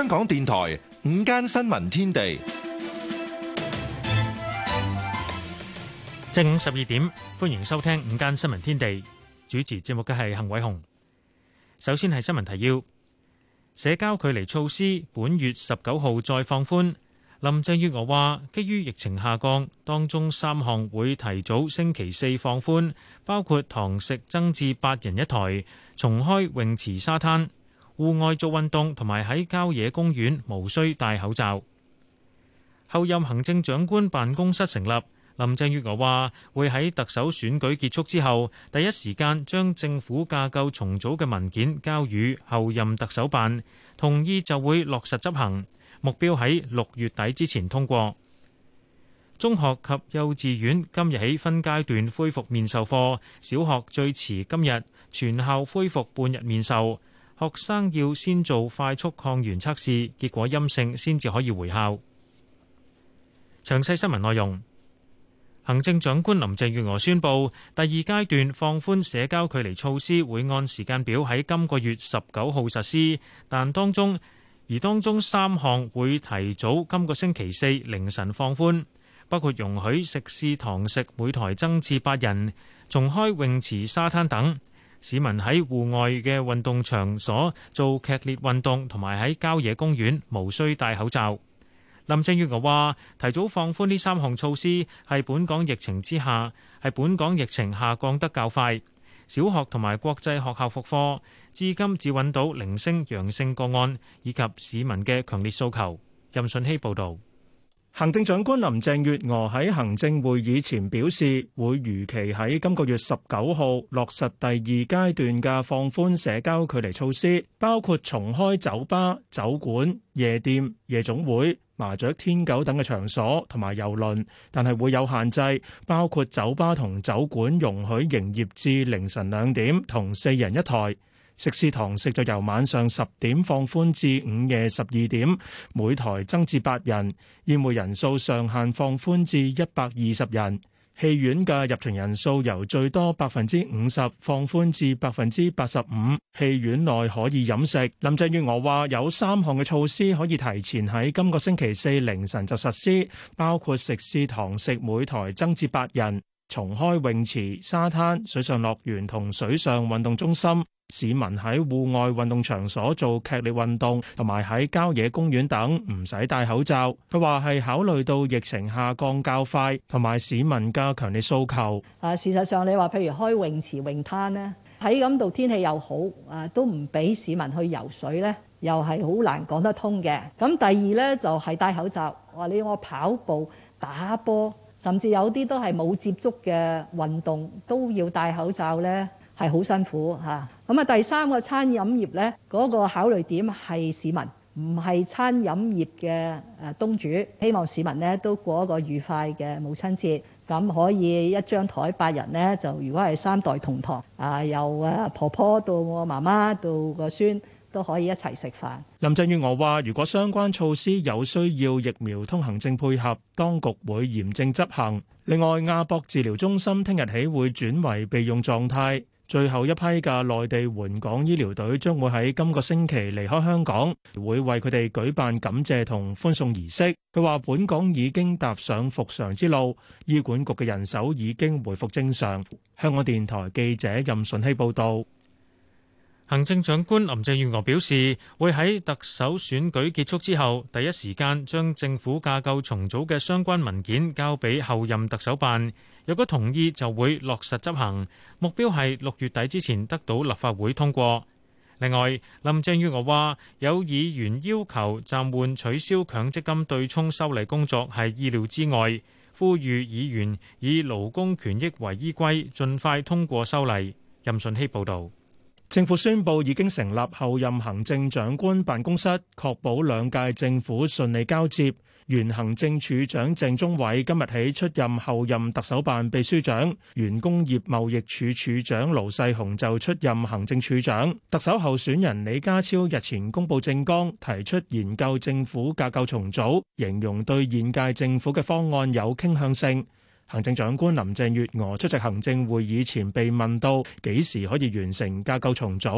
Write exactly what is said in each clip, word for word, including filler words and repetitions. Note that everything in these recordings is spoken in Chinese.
港電台午間新聞天地， 正午十二點，歡迎收聽午間新聞天地。主持節目嘅係幸偉雄。首先係新聞提要：社交距離措施本月十九號再放寬。林鄭月娥話，基於疫情下降，當中三項會提早星期四放寬，包括堂食增至八人一台、重開泳池沙灘、戶外做運動同埋喺郊野公園無需戴口罩。候任行政長官辦公室成立。林鄭月娥話會喺特首選舉結束之後，第一時間將政府架構重組嘅文件交予後任特首辦，同意就會落實執行，目標喺六月底之前通過。中學及幼稚園今日起分階段恢復面授課，小學最遲今日全校恢復半日面授，學生要先做快速抗原測試，結果陰性先至可以回校。詳細新聞內容。行政長官林鄭月娥宣布，第二階段放寬社交距離措施會按時間表喺今個月十九號實施，但當中而當中三項會提早今個星期四凌晨放寬，包括容許食肆堂食每台增至八人、重開泳池、沙灘等。市民喺戶外嘅運動場所做劇烈運動同埋喺郊野公園無需戴口罩。林鄭月娥話：提早放寬呢三項措施係本港疫情之下，係本港疫情下降得較快。小學同埋國際學校復課，至今只揾到零星陽性個案，以及市民嘅強烈訴求。任順希報導。 行政長官林鄭月娥喺行政會議前表示，會如期喺今個月十九號落實第二階段嘅放寬社交距離措施，包括重開酒吧、酒館、夜店、夜總會、麻雀、天九等嘅場所同埋郵輪，但係會有限制，包括酒吧同酒館容許營業至凌晨兩點同四人一台。食肆堂食就由晚上十點放寬至午夜十二點，每台增至八人，宴會人數上限放寬至一百二十人。戲院嘅入場人數由最多百分之五十放寬至百分之八十五，戲院內可以飲食。林鄭月娥話有三項嘅措施可以提前喺今個星期四凌晨就實施，包括食肆堂食每台增至八人、重開泳池、沙灘、水上樂園同水上運動中心。市民喺戶外運動場所做劇烈運動同埋喺郊野公園等唔使戴口罩。佢話係考慮到疫情下降較快同埋市民嘅強烈訴求。 啊，事實上你話譬如開泳池泳灘呢，喺咁度天氣又好，啊都唔俾市民去游水呢，又係好難講得通嘅。咁第二呢，就係戴口罩。話你我跑步、打波，甚至有啲都係冇接觸嘅運動都要戴口罩呢，係好辛苦嚇。咁啊，第三個餐飲業呢，嗰個考慮點係市民，唔係餐飲業嘅誒東主。希望市民呢都過一個愉快嘅母親節，咁可以一張台八人呢，就如果係三代同堂，啊由誒婆婆到我媽媽到個孫都可以一齊食飯。 林鄭月娥話：如果相關措施有需要疫苗通行證配合，當局會嚴正執行。另外，亞博治療中心聽日起會轉為備用狀態。最後一批嘅內地援港醫療隊將會喺今個星期離開香港，會為佢哋舉辦感謝同歡送儀式。佢話本港已經踏上復常之路，醫管局嘅人手已經回復正常。香港電台記者任順希報導。 行政長官林鄭月娥表示，會喺特首選舉結束之後，第一時間將政府架構重組嘅相關文件交俾後任特首辦。如果同意，就會落實執行，目標係六月底之前得到立法會通過。另外，林鄭月娥話，有議員要求暫緩取消強積金對沖修例工作係意料之外，呼籲議員以勞工權益為依歸，盡快通過修例。任順希報導。 政府宣布已經成立後任行政長官辦公室，確保兩屆政府順利交接。原行政署長鄭中偉今日起出任後任特首辦秘書長，原工業貿易署署長盧世雄就出任行政署長。特首候選人李家超日前公布政綱，提出研究政府架構重組，形容對現屆政府嘅方案有傾向性。行政長官林鄭月娥出席行政會議前被問到幾時可以完成架構重組，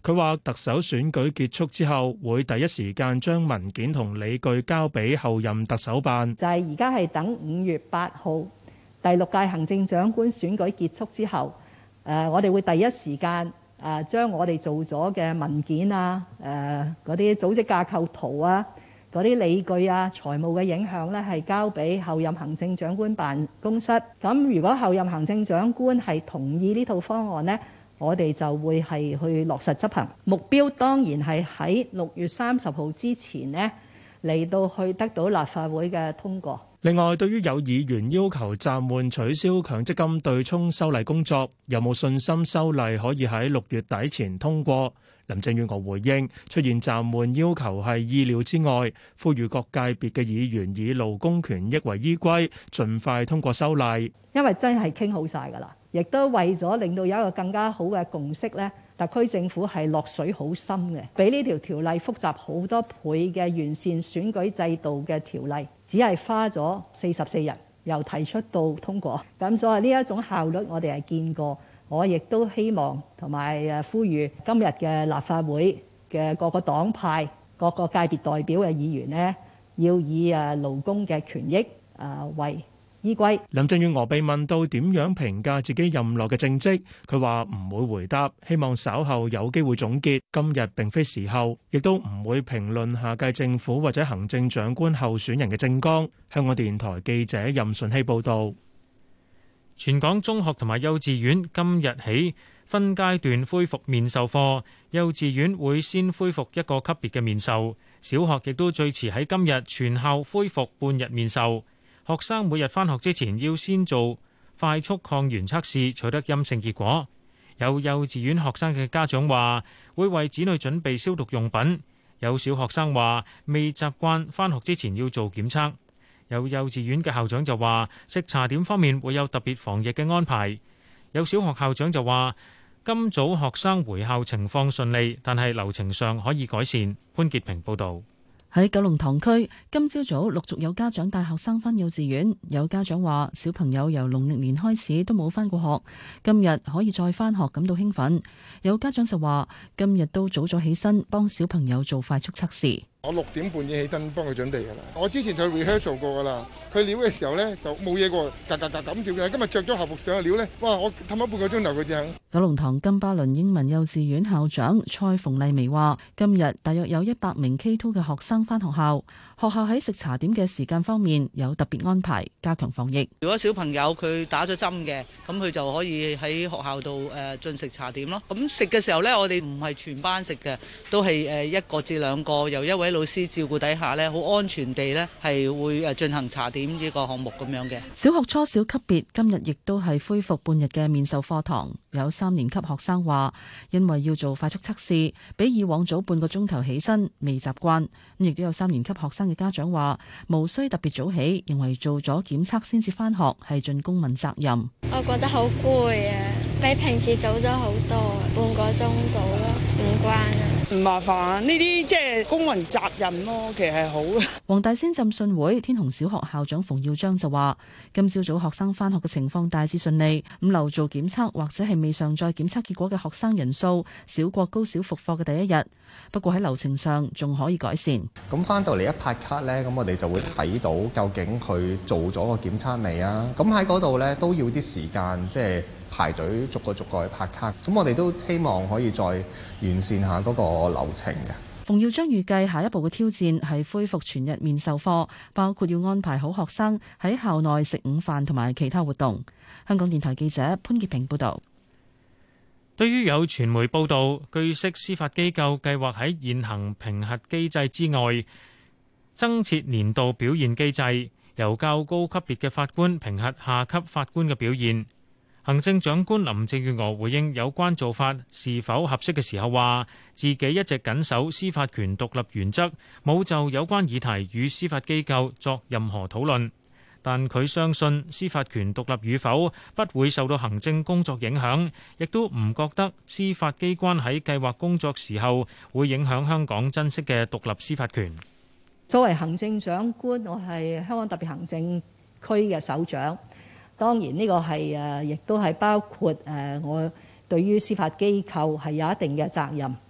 佢話特首選舉結束之後，會第一時間將文件同理據交俾後任特首辦。 就係而家係等五月八號第六屆行政長官選舉結束之後，誒我哋會第一時間誒將我哋做咗嘅文件啊、誒嗰啲組織架構圖啊、嗰啲理據啊、財務嘅影響咧，係交俾後任行政長官辦公室。咁如果後任行政長官係同意呢套方案呢，我哋就會係去落實執行。目標當然係喺六月三十號之前呢嚟到去得到立法會嘅通過。 另外，對於有議員要求暫緩取消強積金對沖修例工作，有冇信心修例可以喺六月底前通過？林鄭月娥回應，出現暫緩要求係意料之外，呼籲各界別嘅議員以勞工權益為依歸，盡快通過修例。 因為真係傾好晒㗎啦，亦都為咗令到有一個更加好嘅共識呢，特區政府係落水好深嘅，比呢條條例複雜好多倍嘅完善選舉制度嘅條例，只係花咗四十四日由提出到通過。咁所以呢一種效率我哋係見過。我亦都希望同埋誒呼籲今日嘅立法會嘅各個黨派、各個界別代表嘅議員呢，要以誒勞工嘅權益誒為依歸。 林鄭月娥被問到點樣評價自己任內嘅政績，佢話唔會回答，希望稍後有機會總結。今日並非時候，亦都唔會評論下屆政府或者行政長官候選人嘅政綱。香港電台記者任順希報導。 全港中學同埋幼稚園今日起分階段恢復面授課，幼稚園會先恢復一個級別嘅面授，小學亦都最遲喺今日全校恢復半日面授。學生每日返學之前要先做快速抗原測試，取得陰性結果。有幼稚園學生嘅家長話會為子女準備消毒用品，有小學生話未習慣返學之前要做檢測。有幼稚園嘅校長就話，食茶點方面會有特別防疫嘅安排。有小學校長就話，今早學生回校情況順利，但係流程上可以改善。潘潔平報導。 喺九龍塘區，今朝早陸續有家長帶學生返幼稚園。有家長話，小朋友由農曆年開始都冇返過學，今日可以再返學，感到興奮。有家長就話，今日都早咗起身幫小朋友做快速測試。 我六點半已經起身幫佢準備㗎啦。我之前就 rehearsal 過㗎啦。佢撩嘅時候咧就冇嘢過，㗎㗎㗎咁叫嘅。今日着咗校服上去撩咧，哇！我氹咗半個鐘頭佢先。 九龍塘金巴倫英文幼稚園校長蔡馮麗薇話：今日大約有一百名 K 二嘅學生返學校，學校喺食茶點嘅時間方面有特別安排，加強防疫。 如果小朋友佢打咗針嘅，咁佢就可以喺學校度誒進食茶點咯。咁食嘅時候咧，我哋唔係全班食嘅，都係誒一個至兩個，由一位老師照顧底下咧，好安全地咧係會誒進行茶點呢個項目咁樣嘅。 小學初小級別今日亦都係恢復半日嘅面授課堂。有三年級學生話，因為要做快速測試，比以往早半個鐘頭起身，未習慣。咁亦都有三年級學生嘅家長話，無需特別早起，認為做咗檢測先至返學係盡公民責任。 我覺得好攰啊，比平時早咗好多，半個鐘到咯，唔慣啊。 唔麻煩，呢啲即係公民責任咯，其實係好。 黃大仙浸信會天虹小學校長馮耀章就話，今朝早學生返學嘅情況大致順利，咁漏做檢測或者係未上載檢測結果嘅學生人數少過高小復課嘅第一日，不過喺流程上仲可以改善。 咁翻到嚟一拍卡呢，咁我哋就會睇到究竟佢做咗個檢測未啊？咁喺嗰度呢，都要啲時間，即係排隊逐個逐個去拍卡。咁我哋都希望可以再完善下嗰個流程嘅。 馮耀章預計下一步嘅挑戰係恢復全日面授課，包括要安排好學生喺校內食午飯同埋其他活動。香港電台記者潘潔平報導。 對於有傳媒報導，據悉司法機構計劃喺現行評核機制之外，增設年度表現機制，由較高級別嘅法官評核下級法官嘅表現。行政長官林鄭月娥回應有關做法是否合適嘅時候話，自己一直緊守司法權獨立原則，冇就有關議題與司法機構作任何討論。但佢相信司法權獨立與否不會受到行政工作影響，亦都唔覺得司法機關喺計劃工作時候會影響香港珍惜嘅獨立司法權。 作為行政長官，我係香港特別行政區嘅首長。當然呢個係誒，亦都係包括誒，我對於司法機構係有一定嘅責任。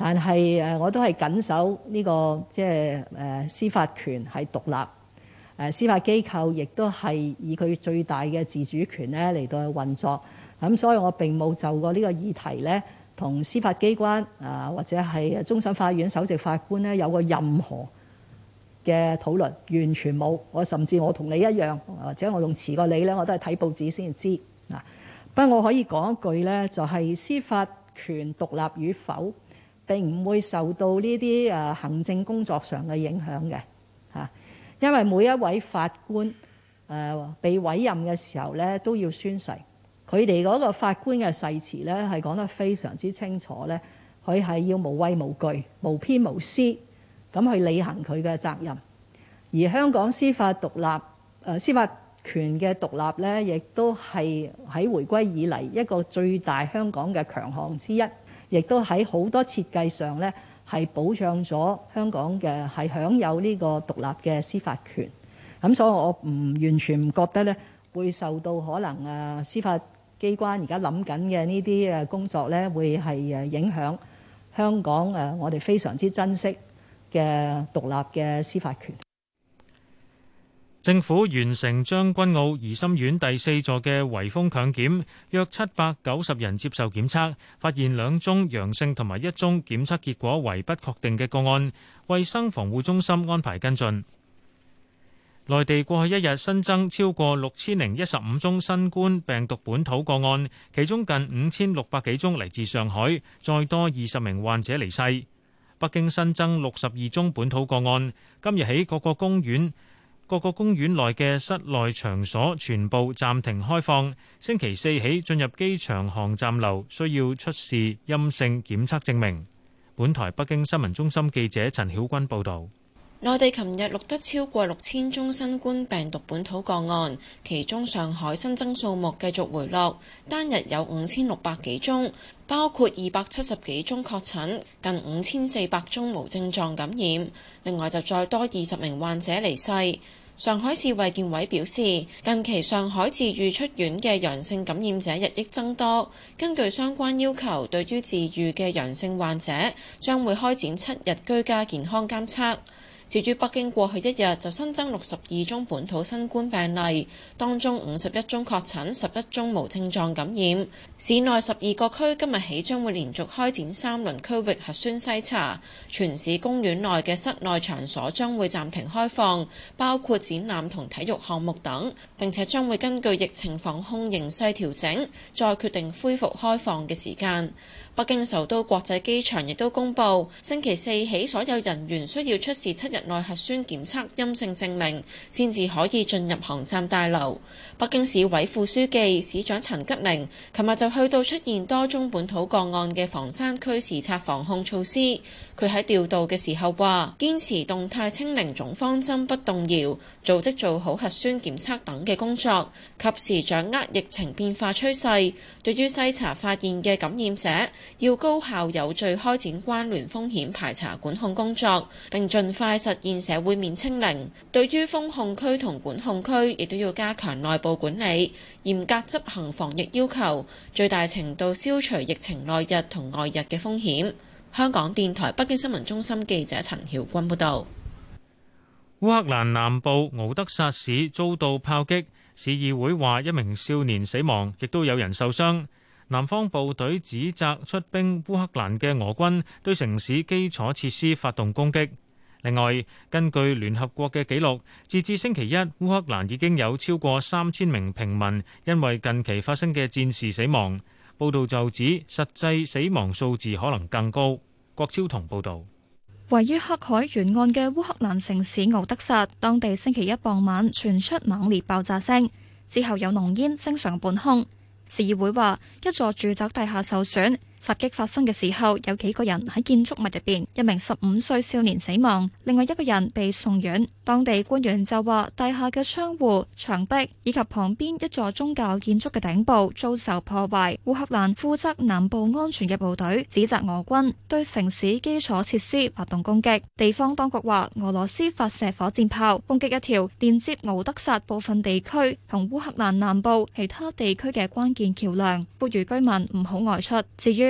但係誒我都係緊守呢個即係誒司法權係獨立，誒司法機構亦都係以佢最大嘅自主權咧嚟到去運作。咁所以我並冇就過呢個議題咧，同司法機關啊或者係終審法院首席法官咧有過任何嘅討論，完全冇。我甚至我同你一樣，或者我仲遲過你咧，我都係睇報紙先知嗱。不過我可以講一句咧，就係司法權獨立與否並唔會受到呢啲誒行政工作上嘅影響嘅嚇，因為每一位法官誒被委任嘅時候咧都要宣誓，佢哋嗰個法官嘅誓詞咧係講得非常之清楚咧，佢係要無畏無懼、無偏無私咁去履行佢嘅責任。而香港司法獨立誒、呃、司法權嘅獨立咧，亦都係喺回歸以嚟一個最大香港嘅強項之一，亦都喺好多設計上咧係保障咗香港嘅係享有呢個獨立嘅司法權。咁所以我唔完全唔覺得咧會受到可能誒司法機關而家諗緊嘅呢啲誒工作咧會係誒影響香港誒我哋非常之珍惜嘅獨立嘅司法權。 政府完成將軍澳怡心苑第四座嘅圍封強檢，約七百九十人接受檢測，發現兩宗陽性同埋一宗檢測結果為不確定嘅個案，衛生防護中心安排跟進。內地過去一日新增超過六千零一十五宗新冠病毒本土個案，其中近五千六百幾宗嚟自上海，再多二十名患者離世。北京新增六十二宗本土個案，今日起各個公園、各個公園內嘅室內場所全部暫停開放。星期四起進入機場航站樓需要出示陰性檢測證明。本台北京新聞中心記者陳曉君報導。 內地琴日錄得超過六千宗新冠病毒本土個案，其中上海新增數目繼續回落，單日有五千六百幾宗，包括二百七十幾宗確診，近五千四百宗無症狀感染，另外就再多二十名患者離世。上海市衛健委表示，近期上海治愈出院嘅陽性感染者日益增多，根據相關要求，對於治愈嘅陽性患者將會開展七日居家健康監測。至於北京過去一日就新增六十二宗本土新冠病例，當中五十一宗確診，十一宗無症狀感染。市內十二個區今日起將會連續開展三輪區域核酸篩查，全市公園內嘅室內場所將會暫停開放，包括展覽同體育項目等，並且將會根據疫情防控形勢調整，再決定恢復開放嘅時間。北京首都國際機場亦都公布，星期四起所有人員需要出示七日內核酸檢測陰性證明，先至可以進入航站大樓。北京市委副書記、市長陳吉寧琴日就去到出現多宗本土個案嘅房山區視察防控措施。佢喺調度嘅時候話，堅持動態清零總方針不動搖，組織做好核酸檢測等嘅工作，及時掌握疫情變化趨勢。對於篩查發現嘅感染者，要高效有序開展關聯風險排查管控工作，並盡快實現社會面清零。對於封控區同管控區，亦都要加強內部管理，嚴格執行防疫要求，最大程度消除疫情內日同外日嘅風險。香港電台北京新聞中心記者陳曉君報導。 烏克蘭南部敖德薩市遭到炮擊，市議會話一名少年死亡，亦都有人受傷。南方部隊指責出兵烏克蘭嘅俄軍對城市基礎設施發動攻擊。另外，根據聯合國嘅記錄，截至星期一，烏克蘭已經有超過三千名平民因為近期發生嘅戰事死亡。報道就指實際死亡數字可能更高。郭超同報導。 位於黑海沿岸嘅烏克蘭城市敖德薩，當地星期一傍晚傳出猛烈爆炸聲，之後有濃煙升上半空。市議會話，一座住宅大廈受損。襲擊發生嘅時候，有幾個人喺建築物入邊，一名十五歲少年死亡，另外一個人被送院。當地官員就話，大廈嘅窗戶、牆壁以及旁邊一座宗教建築嘅頂部遭受破壞。烏克蘭負責南部安全嘅部隊指責俄軍對城市基礎設施發動攻擊。地方當局話，俄羅斯發射火箭炮攻擊一條連接敖德薩部分地區同烏克蘭南部其他地區嘅關鍵橋樑，呼籲居民唔好外出。至於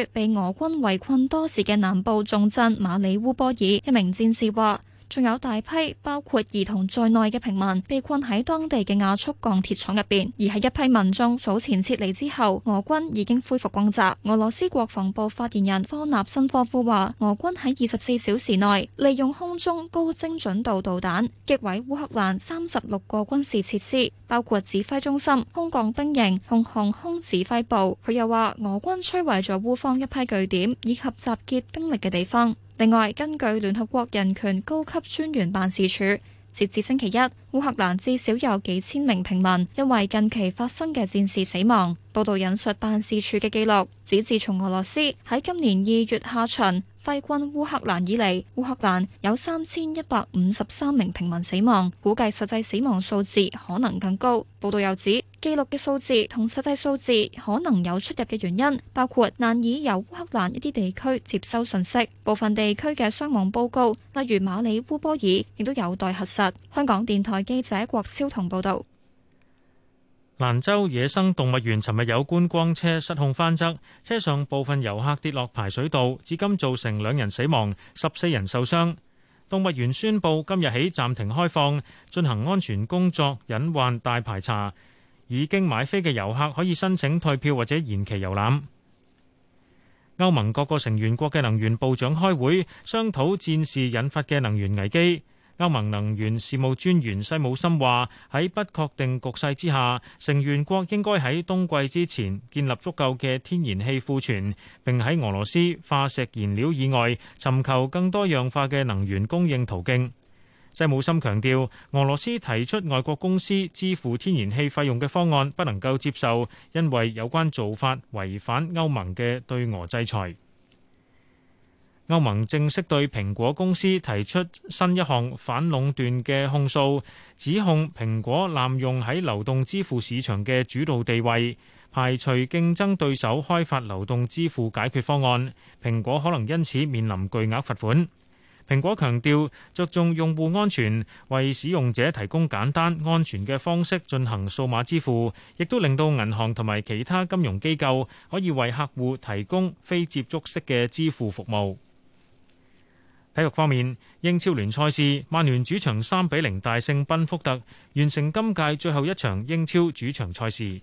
於被俄軍圍困多時嘅南部重鎮馬里烏波爾。一名戰士話，仲有大批包括兒童在內嘅平民被困喺當地嘅亞速鋼鐵廠入邊，而係一批民眾早前撤離之後，俄軍已經恢復轟炸。俄羅斯國防部發言人科納申科夫話，俄軍喺二十四小時內利用空中高精準度導彈擊毀烏克蘭三十六個軍事設施，包括指揮中心、空降兵營同航空指揮部。佢又話，俄軍摧毀咗烏方一批據點以及集結兵力嘅地方。另外，根據聯合國人權高級專員辦事處，截至星期一，烏克蘭至少有幾千名平民因為近期發生嘅戰事死亡。報道引述辦事處嘅記錄，指自從俄羅斯喺今年二月下旬揮軍烏克蘭以嚟，烏克蘭有三千一百五十三名平民死亡，估計實際死亡數字可能更高。報道又指，記錄嘅數字同實際數字可能有出入嘅原因，包括難以由烏克蘭一啲地區接收信息，部分地區嘅傷亡報告，例如馬里烏波爾，亦都有待核實。香港電台記者郭超同報道。 蘭州野生動物園尋日有觀光車失控翻側，車上部分遊客跌落排水道，至今造成兩人死亡，十四人受傷。動物園宣布今日起暫停開放，進行安全工作，隱患大排查。已經買飛嘅遊客可以申請退票或者延期遊覽。歐盟各個成員國嘅能源部長開會，商討戰事引發嘅能源危機。歐盟能源事務專員西姆森話：喺不確定局勢之下，成員國應該喺冬季之前建立足夠嘅天然氣庫存，並喺俄羅斯化石燃料以外尋求更多樣化嘅能源供應途徑。西姆森強調，俄羅斯提出外國公司支付天然氣費用嘅方案不能夠接受，因為有關做法違反歐盟嘅對俄制裁。歐盟正式對蘋果公司提出新一項反壟斷嘅控訴，指控蘋果濫用喺流動支付市場嘅主導地位，排除競爭對手開發流動支付解決方案。蘋果可能因此面臨巨額罰款。蘋果強調着重用戶安全，為使用者提供簡單安全嘅方式進行數碼支付，亦都令到銀行同埋其他金融機構可以為客戶提供非接觸式嘅支付服務。體育方面，英超聯賽事，曼聯主場三比零大勝賓福特，完成今屆最後一場英超主場賽事。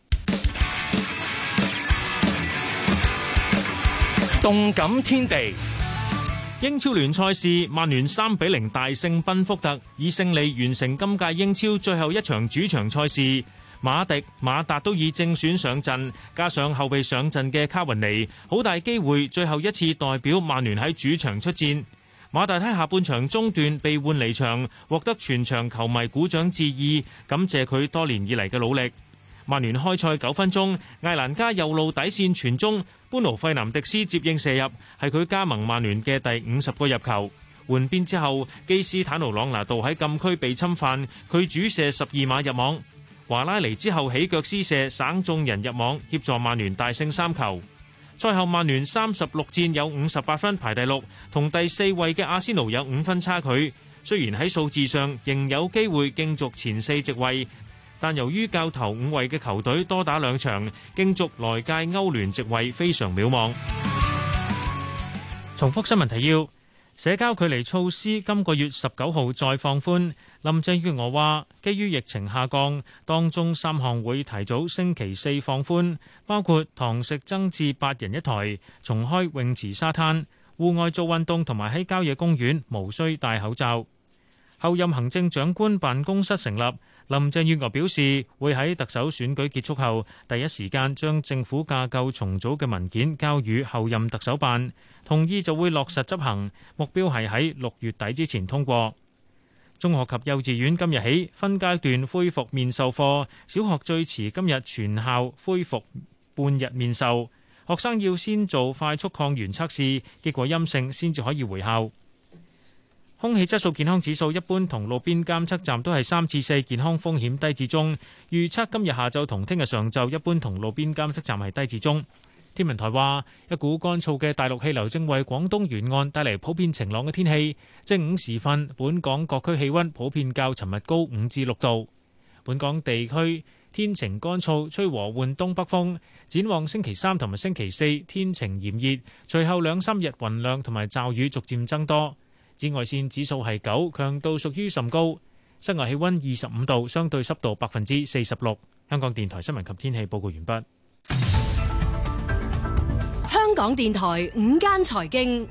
動感天地， 英超聯賽事，曼聯三比零大勝賓福特，以勝利完成今屆英超最後一場主場賽事。馬迪、馬達都已正選上陣，加上後備上陣嘅卡雲尼，好大機會最後一次代表曼聯喺主場出戰。馬達喺下半場中段被換離場，獲得全場球迷鼓掌致意，感謝佢多年以嚟嘅努力。曼聯開賽九分鐘，艾蘭加右路底線傳中，般奴費南迪斯接應射入，係佢加盟曼聯嘅第五十個入球。換邊之後，基斯坦奴朗拿度喺禁區被侵犯，佢主射十二碼入網。華拉尼之後起腳施射，省眾人入網，協助曼聯大勝三球。賽後曼聯三十六戰有五十八分排第六，同第四位嘅阿仙奴有五分差距。雖然喺數字上仍有機會競逐前四席位，但由於較頭五位嘅球隊多打兩場，競逐來屆歐聯席位非常渺茫。重複新聞提要：社交距離措施今個月十九號再放寬。林鄭月娥話，基於疫情下降，當中三項會提早星期四放寬，包括堂食增至八人一台、重開泳池沙灘、戶外做運動同埋喺郊野公園無需戴口罩。後任行政長官辦公室成立，林鄭月娥表示會喺特首選舉結束後第一時間將政府架構重組嘅文件交予後任特首辦，同意就會落實執行，目標係喺六月底之前通過。中學及幼稚園今日起分階段恢復面授課，小學最遲今日全校恢復半日面授。學生要先做快速抗原測試，結果陰性先至可以回校。空氣質素健康指數一般同路邊監測站都係三至四，健康風險低至中。預測今日下晝同聽日上晝一般同路邊監測站係低至中。天文台話，一股乾燥嘅大陸氣流正為廣東沿岸帶嚟普遍晴朗嘅天氣。正午時分，本港各區氣溫普遍較尋日高五至六度。本港地區天晴乾燥，吹和緩東北風。展望星期三同埋星期四天晴炎熱，隨後兩三日雲量同埋驟雨逐漸增多。紫外線指數係九，強度屬於甚高。室外氣溫二十五度，相對濕度百分之四十六。香港電台新聞及天氣報告完畢。 香港電台午間財經。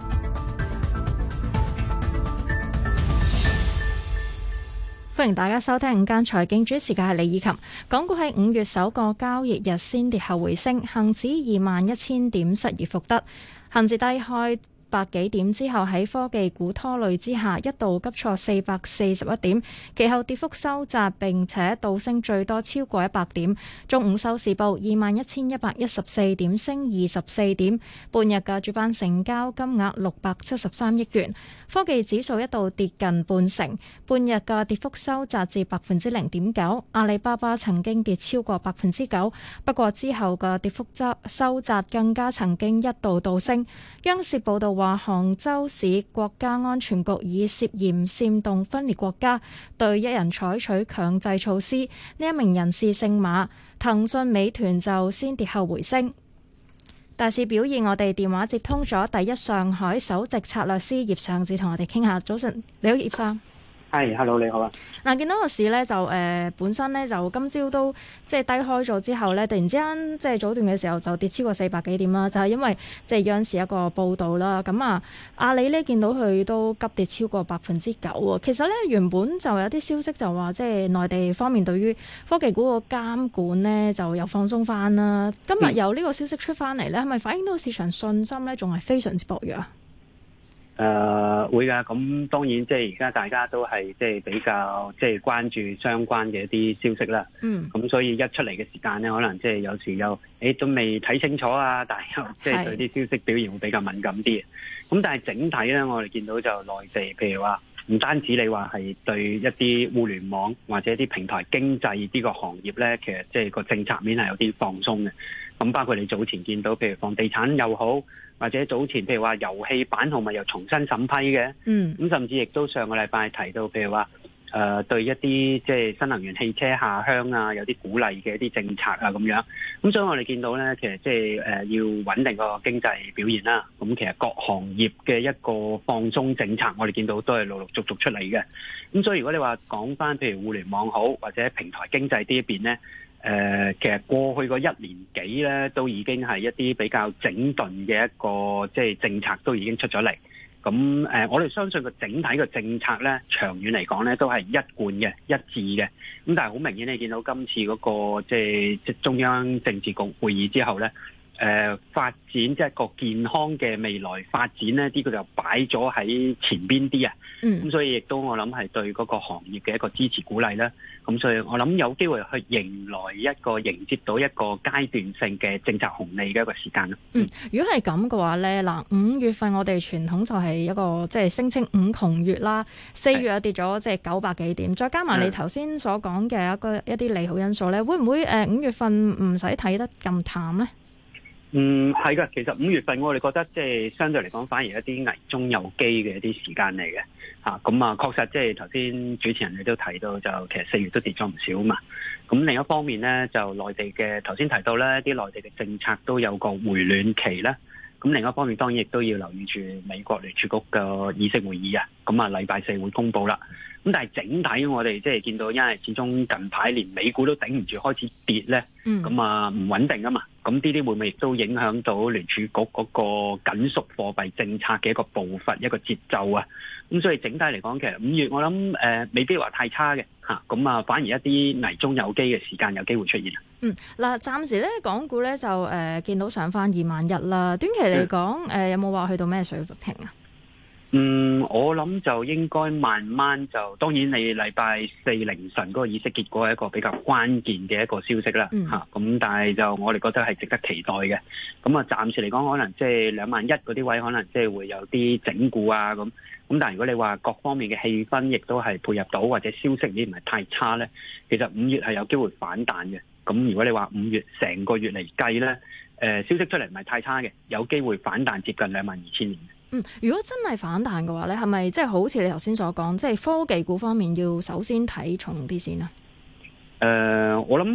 歡迎大家收聽午間財經，主持嘅係李以琴。港股喺五月首個交易日先跌後回升，恒指二萬一千點失而復得，恒指低開百幾點之後喺科技股拖累之下，一度急挫四百四十一點，其後跌幅收窄，並且倒升最多超過一百點。中午收市報二萬一千一百一十四點，升二十四點。半日嘅主板成交金額六百七十三億元。科技指數一度跌近半成，半日嘅跌幅收窄至百分之零點九。阿里巴巴曾經跌超過百分之九，不過之後嘅跌幅則收窄，更加曾經一度倒升。央視報道話，杭州市國家安全局以涉嫌煽動分裂國家，對一人採取強制措施。呢一名人士姓馬。騰訊、美團就先跌後回升。大市表現，我哋電話接通咗第一上海首席策略師葉尚志同我哋傾下。早晨，你好，葉生。 係、hey，hello， 你好啊。 嗱，見到個市咧就誒、呃、本身咧就今朝都即係低開咗之後咧，突然之間即係早段嘅時候就跌超過四百幾點啦，就係、是、因為即係央視一個報導啦。咁啊，阿里咧見到佢都急跌超過百分之九喎。其實咧原本就有啲消息就話，即係內地方面對於科技股個監管咧就又放鬆翻啦。今日有呢個消息出翻嚟咧，係咪反映到市場信心咧仲係非常之薄弱啊？ 誒、呃、會㗎，咁當然即係而家大家都係即係比較即係關注相關嘅一啲消息啦。嗯。咁所以一出嚟嘅時間咧，可能即係有時又誒都未睇清楚啊，但係又即係對啲消息表現會比較敏感啲。咁但係整體咧，我哋見到就內地，譬如話唔單止你話係對一啲互聯網或者一啲平台經濟呢個行業咧，其實即係個政策面係有啲放鬆嘅。咁包括你早前見到，譬如房地產又好，或者早前譬如話遊戲版號咪又重新審批嘅，嗯，咁甚至亦都上個禮拜提到，譬如話誒、呃、對一啲即係新能源汽車下鄉啊，有啲鼓勵嘅一啲政策啊咁樣。咁所以我哋見到咧，其實即係誒要穩定個經濟表現啦。咁其實各行業嘅一個放鬆政策，我哋見到都係陸陸續續出嚟嘅。咁所以如果你話講翻譬如互聯網好，或者平台經濟呢一邊咧，誒、呃，其實過去個一年幾咧，都已經係一啲比較整頓嘅一個即係政策都已經出咗嚟。咁誒、呃，我哋相信個整體嘅政策咧，長遠嚟講咧，都係一貫嘅、一致嘅。咁但係好明顯，你見到今次嗰、那個即係即係中央政治局會議之後咧，誒、呃、發展即係一個健康嘅未來發展咧，呢、這個就擺咗喺前邊啲啊。嗯。咁所以亦都我諗係對嗰個行業嘅一個支持鼓勵啦。咁所以我諗有機會去迎來一個迎接到一個階段性嘅政策紅利嘅一個時間咯。 嗯，如果係咁嘅話咧，嗱五月份我哋傳統就係一個即係聲稱五窮月啦，四月又跌咗即係九百幾點，再加埋你頭先所講嘅一個一啲利好因素咧，會唔會誒五月份唔使睇得咁淡咧？ 嗯，係噶，其實五月份我哋覺得即係相對嚟講，反而一啲危中有機嘅一啲時間嚟嘅嚇。咁啊，確實即係頭先主持人你都提到，就其實四月都跌咗唔少嘛。咁另一方面咧，就內地嘅頭先提到咧，啲內地嘅政策都有個回暖期咧。咁另一方面，當然亦都要留意住美國聯儲局嘅議息會議啊。咁啊，禮拜四會公佈啦。咁但係整體我哋即係見到，因為始終近排連美股都頂唔住，開始跌咧。咁啊唔穩定啊嘛。咁呢啲會唔會亦都影響到聯儲局嗰個緊縮貨幣政策嘅一個步伐、一個節奏啊？咁所以整體嚟講，其實五月我諗誒、呃、未必話太差嘅嚇。咁啊，反而一啲危中有機嘅時間有機會出現啊。 嗯，嗱，暫時咧港股咧就誒、呃、見到上翻二萬一啦。短期嚟講，誒、呃、有冇話去到咩水平啊？ 嗯，我諗就應該慢慢就，當然你禮拜四凌晨嗰個議息結果係一個比較關鍵嘅一個消息啦，吓、嗯，咁、啊、但係就我哋覺得係值得期待嘅。咁啊，暫時嚟講，可能即係兩萬一嗰啲位，可能即係會有啲整固啊，咁。咁但係如果你話各方面嘅氣氛亦都係配合到，或者消息已經唔係太差咧，其實五月係有機會反彈嘅。咁如果你話五月成個月嚟計咧，誒、呃，消息出嚟唔係太差嘅，有機會反彈接近兩萬二千點。 嗯，如果真係反彈嘅話咧，係咪即係好似你頭先所講，即係科技股方面要首先睇重啲先啊？ 誒、呃，我諗科技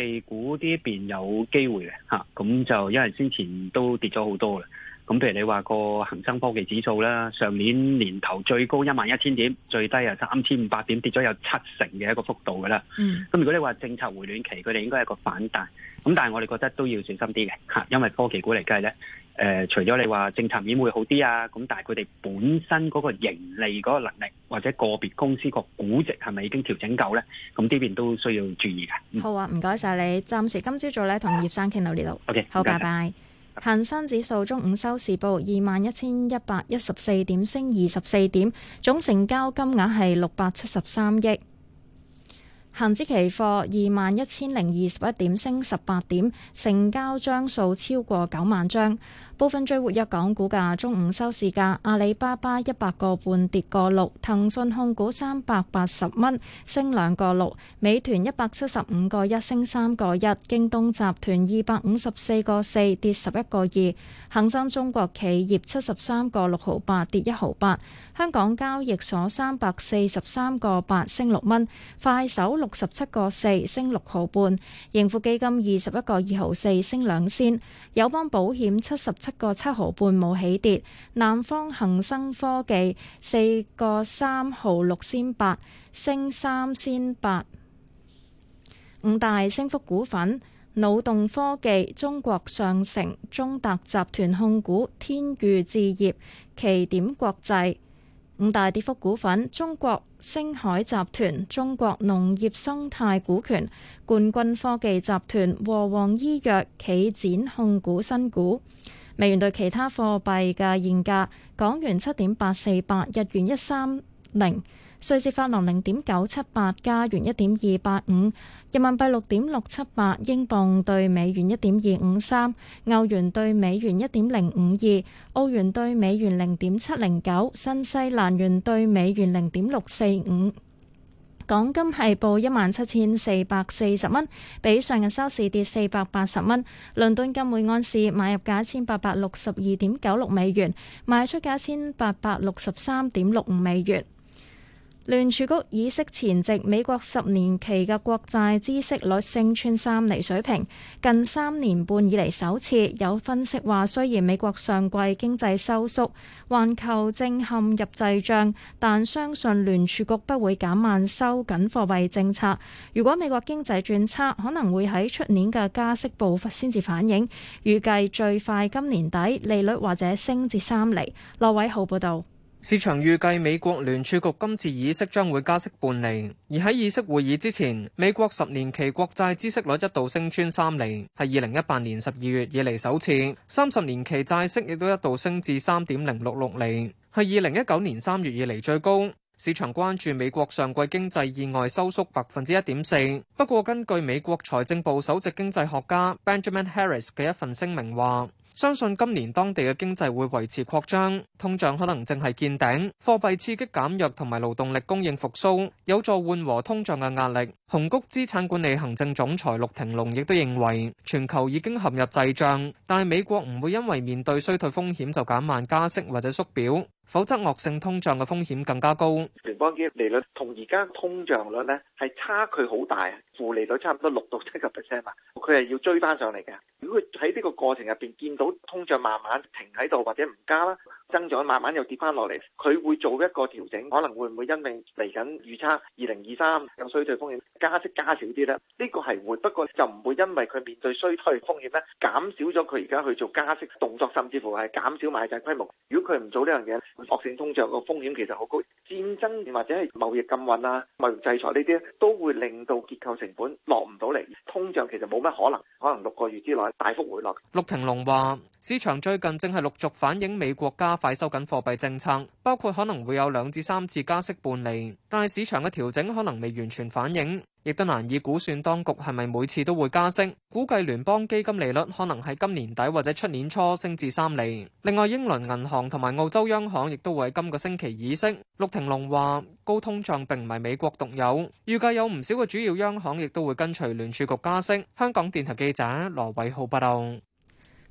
技股呢邊有機會嘅嚇，咁就因為先前都跌咗好多啦。咁譬如你話個恒生科技指數啦，上年年頭最高一萬一千點，最低係三千五百點，跌咗有七成嘅一個幅度㗎啦。嗯。咁如果你話政策回暖期，佢哋應該係一個反彈。咁但係我哋覺得都要小心啲嘅嚇，因為科技股嚟計咧，誒、呃、除咗你話政策面會好啲啊，咁但係佢哋本身嗰個盈利嗰個能力，或者個別公司個估值係咪已經調整夠咧？咁呢邊都需要注意嘅。 嗯、好啊，唔該晒你。暫時今朝早咧同葉生傾到呢度。 OK， 好，拜拜。恒生指數中午收市報二萬一千一百一十四點，升二十四點，總成交金額係六百七十三億。恒指期貨二萬一千零二十一點，升十八點，成交張數超過九萬張。部分最活躍港股價中午收市價：阿里巴巴一百個半跌個六，騰訊控股三百八十蚊升兩個六，美團一百七十五個一升三個一，京東集團二百五十四個四跌十一個二，恒生中國企業七十三個六毫八跌一毫八，香港交易所三百四十三個八升六蚊，快手六十七個四升六毫半，盈富基金二十一個二毫四升兩仙，友邦保險七十七個七毫半冇起跌，南方恒生科技四個三毫六仙八升三仙八。五大升幅股份：腦動科技、中國上城、中達集團控股、天譽置業、奇點國際。五大跌幅股份：中國星海集團、中國農業生態股權、冠軍科技集團、和黃醫藥、企展控股新股。美元對其他貨幣嘅現價：港元七點八四八，日元一三零，瑞士法郎零點九七八，加元一點二八五，人民幣六點六七八，英鎊對美元一點二五三，歐元對美元一點零五二，澳元對美元零點七零九，新西蘭元對美元零點六四五。港金係報一萬七千四百四十蚊，比上日收市跌四百八十蚊。倫敦金每安士買入價一千八百六十二點九六美元，賣出價一千八百六十三點六五美元。聯儲局議息前夕，美國十年期嘅國債孳息率升穿三厘水平，近三年半以嚟首次。有分析話，雖然美國上季經濟收縮，環球正陷入滯脹，但相信聯儲局不會減慢收緊貨幣政策。如果美國經濟轉差，可能會喺出年嘅加息步伐先至反映。預計最快今年底利率或者升至三厘。羅偉浩報導。 市場預計美國聯儲局今次議息將會加息半厘，而喺議息會議之前，美國十年期國債孳息率一度升穿三厘，係二零一八年十二月以嚟首次。三十年期債息亦都一度升至三點零六六厘，係二零一九年三月以嚟最高。市場關注美國上季經濟意外收縮百分之一點四，不過根據美國財政部首席經濟學家 Benjamin Harris 嘅一份聲明話，相信今年當地嘅經濟會維持擴張，通脹可能正係見頂，貨幣刺激減弱同埋勞動力供應復甦，有助緩和通脹嘅壓力。紅谷資產管理行政總裁陸庭龍亦都認為，全球已經陷入滯脹，但係美國唔會因為面對衰退風險就減慢加息或者縮表，否則惡性通脹嘅風險更加高。 聯邦基金利率同而家通脹率呢係差距好大，負利率差唔多六到七個 percent 嘛，佢係要追翻上嚟嘅。如果佢喺呢個過程入邊見到通脹慢慢停喺度或者唔加啦，增長慢慢又跌翻落嚟，佢會做一個調整，可能會唔會因為嚟緊預測二零二三有衰退風險，加息加少啲咧？呢個係會，不過就唔會因為佢面對衰退風險咧，減少咗佢而家去做加息動作，甚至乎係減少買債規模。如果佢唔做呢樣嘢，惡性通脹個風險其實好高。戰爭或者係貿易禁運啊、貿易制裁呢啲都會令到結構成本落唔到嚟，通脹其實冇乜可能，可能六個月之內大幅回落。 陸庭龍話：市場最近正係陸續反映美國加快收緊貨幣政策，包括可能會有兩至三次加息半釐，但係市場嘅調整可能未完全反映，亦都難以估算當局係咪每次都會加息。估計聯邦基金利率可能喺今年底或者出年初升至三釐。另外，英倫銀行同埋澳洲央行亦都會喺今個星期議息。陸庭龍話：高通脹並唔係美國獨有，預計有唔少嘅主要央行亦都會跟隨聯儲局加息。香港電台記者羅偉浩報道。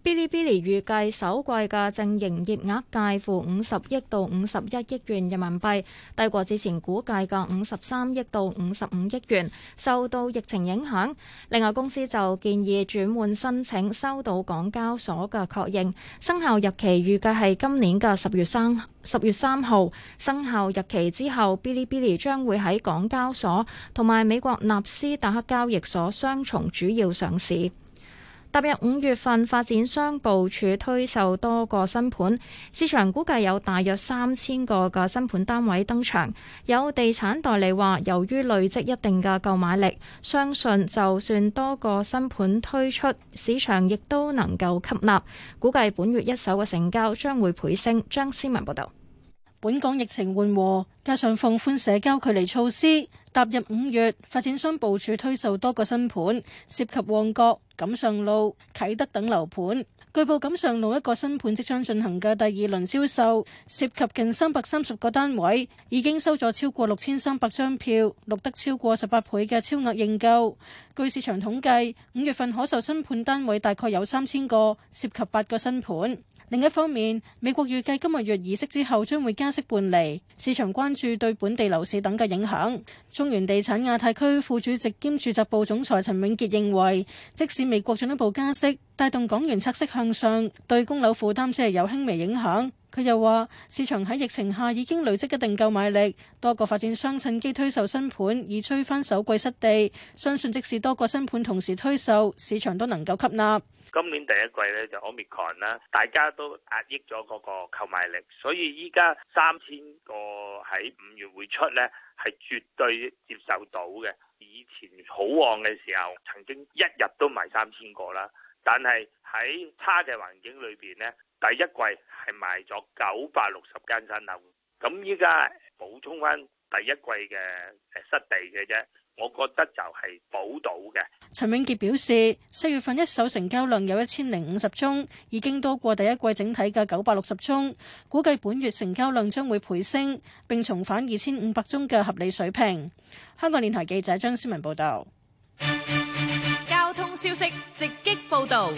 嗶哩嗶哩預計首季嘅淨營業額介乎五十億到五十一億元人民幣，低過之前估計嘅五十三億到五十五億元，受到疫情影響。另外，公司就建議轉換申請收到港交所嘅確認，生效日期預計係今年嘅十月三十月三號。生效日期之後，嗶哩嗶哩將會喺港交所同埋美國納斯達克交易所雙重主要上市。踏入五月份，發展商部署推售多個新盤，市場估計有大約三千個嘅新盤單位登場。有地產代理話，由於累積一定嘅購買力，相信就算多個新盤推出，市場亦都能夠吸納。估計本月一手嘅成交將會倍升。張思文報導。 本港疫情緩和，加上放寬社交距離措施，踏入五月，發展商部署推售多個新盤，涉及旺角、錦上路、啟德等樓盤。據報錦上路一個新盤即將進行嘅第二輪銷售，涉及近三百三十個單位，已經收咗超過六千三百張票，錄得超過十八倍嘅超額認購。據市場統計，五月份可售新盤單位大概有三千個，涉及八個新盤。另一方面，美國預計今個月議息之後將會加息半釐，市場關注對本地樓市等嘅影響。中原地產亞太區副主席兼住宅部總裁陳永傑認為，即使美國進一步加息，帶動港元拆息向上，對供樓負擔只係有輕微影響。佢又話，市場喺疫情下已經累積一定購買力，多個發展商趁機推售新盤，以催翻首季失地。相信即使多個新盤同時推售，市場都能夠吸納。 今年第一季咧就 Omicron 啦，大家都壓抑咗嗰個購買力，所以依家三千個喺五月會出咧係絕對接受到嘅。以前好旺嘅時候，曾經一日都賣三千個啦，但係喺差嘅環境裏邊咧，第一季係賣咗九百六十間新樓，咁依家補充翻第一季嘅誒失地嘅啫。我覺得就係補到嘅。 陳永傑表示，四月份一手成交量有一千零五十宗，已經多過第一季整體嘅九百六十宗，估計本月成交量將會倍升，並重返二千五百宗嘅合理水平。香港電台記者張思文報道。 交通消息直擊報道。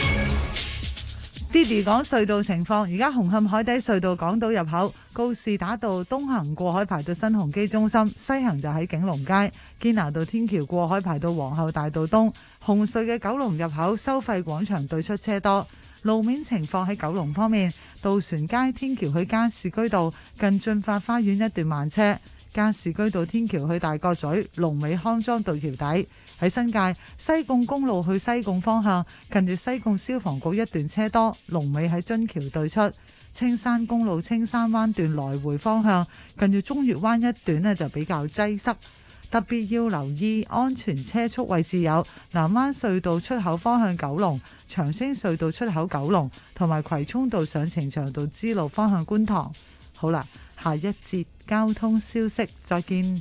Diddy 講隧道情況，而家紅磡海底隧道港島入口告士打道東行過海排到新鴻基中心，西行就喺景隆街堅拿道天橋過海排到皇后大道東。紅隧嘅九龍入口收費廣場對出車多。路面情況喺九龍方面，渡船街天橋去加士居道近駿發花園一段慢車，加士居道天橋去大角咀龍尾康莊道橋底。喺新界西貢公路去西貢方向，近住西貢消防局一段車多，龍尾喺津橋對出。青山公路青山灣段來回方向，近住中月灣一段呢就比較擠塞，特別要留意安全車速位置有南灣隧道出口方向九龍、長青隧道出口九龍，同埋葵涌道上呈祥道支路方向觀塘。好啦，下一節交通消息，再見。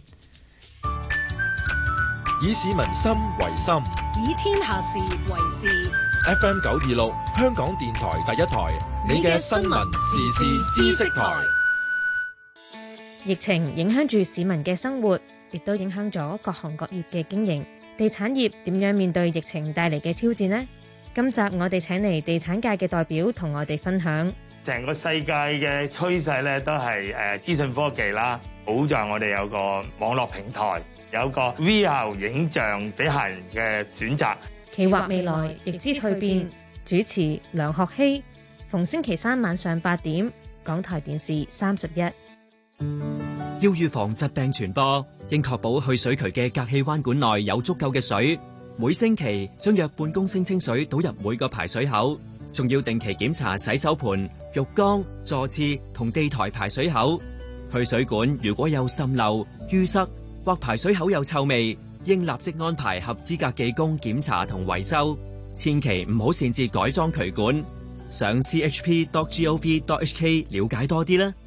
以市民心為心， 以天下事為事。 F M 九二六，香港電台第一台，你嘅新聞時事知識台。 疫情影響住市民嘅生活，亦都影響咗各行各業嘅經營。地產業點樣面對疫情帶嚟嘅挑戰呢？今集我哋請嚟地產界嘅代表同我哋分享。 成個世界嘅趨勢咧都係誒資訊科技啦，好在我哋有個網絡平台，有個 V R 影像俾客人嘅選擇。 企劃未來，亦知蛻變。主持梁學希，逢星期三晚上八點，港台電視三十一。 要預防疾病傳播，應確保去水渠嘅隔氣彎管內有足夠嘅水。每星期將約半公升清水倒入每個排水口，仲要定期檢查洗手盆、浴缸、座廁同地台排水口。去水管如果有滲漏、淤塞或排水口有臭味，應立即安排合資格技工檢查同維修。千祈唔好擅自改裝渠管。上 c h p dot gov dot h k 了解多啲啦。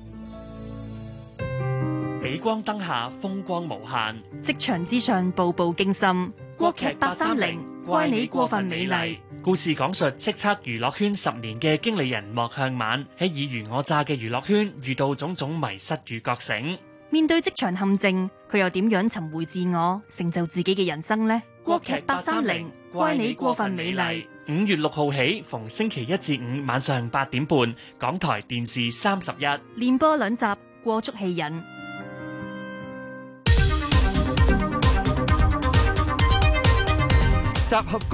鎂光燈下風光無限， 職場之上步步驚心。國劇八三零，怪你過分美麗。 故事講述叱咤娛樂圈十年嘅經理人莫向晚喺爾虞我詐嘅娛樂圈遇到種種迷失與覺醒。 面對職場陷阱，佢又點樣尋回自我，成就自己嘅人生呢？國劇八三零，怪你過分美麗。 五月六號起，逢星期一至五晚上八點半，港台電視三十一連播兩集，過足戲癮。 集合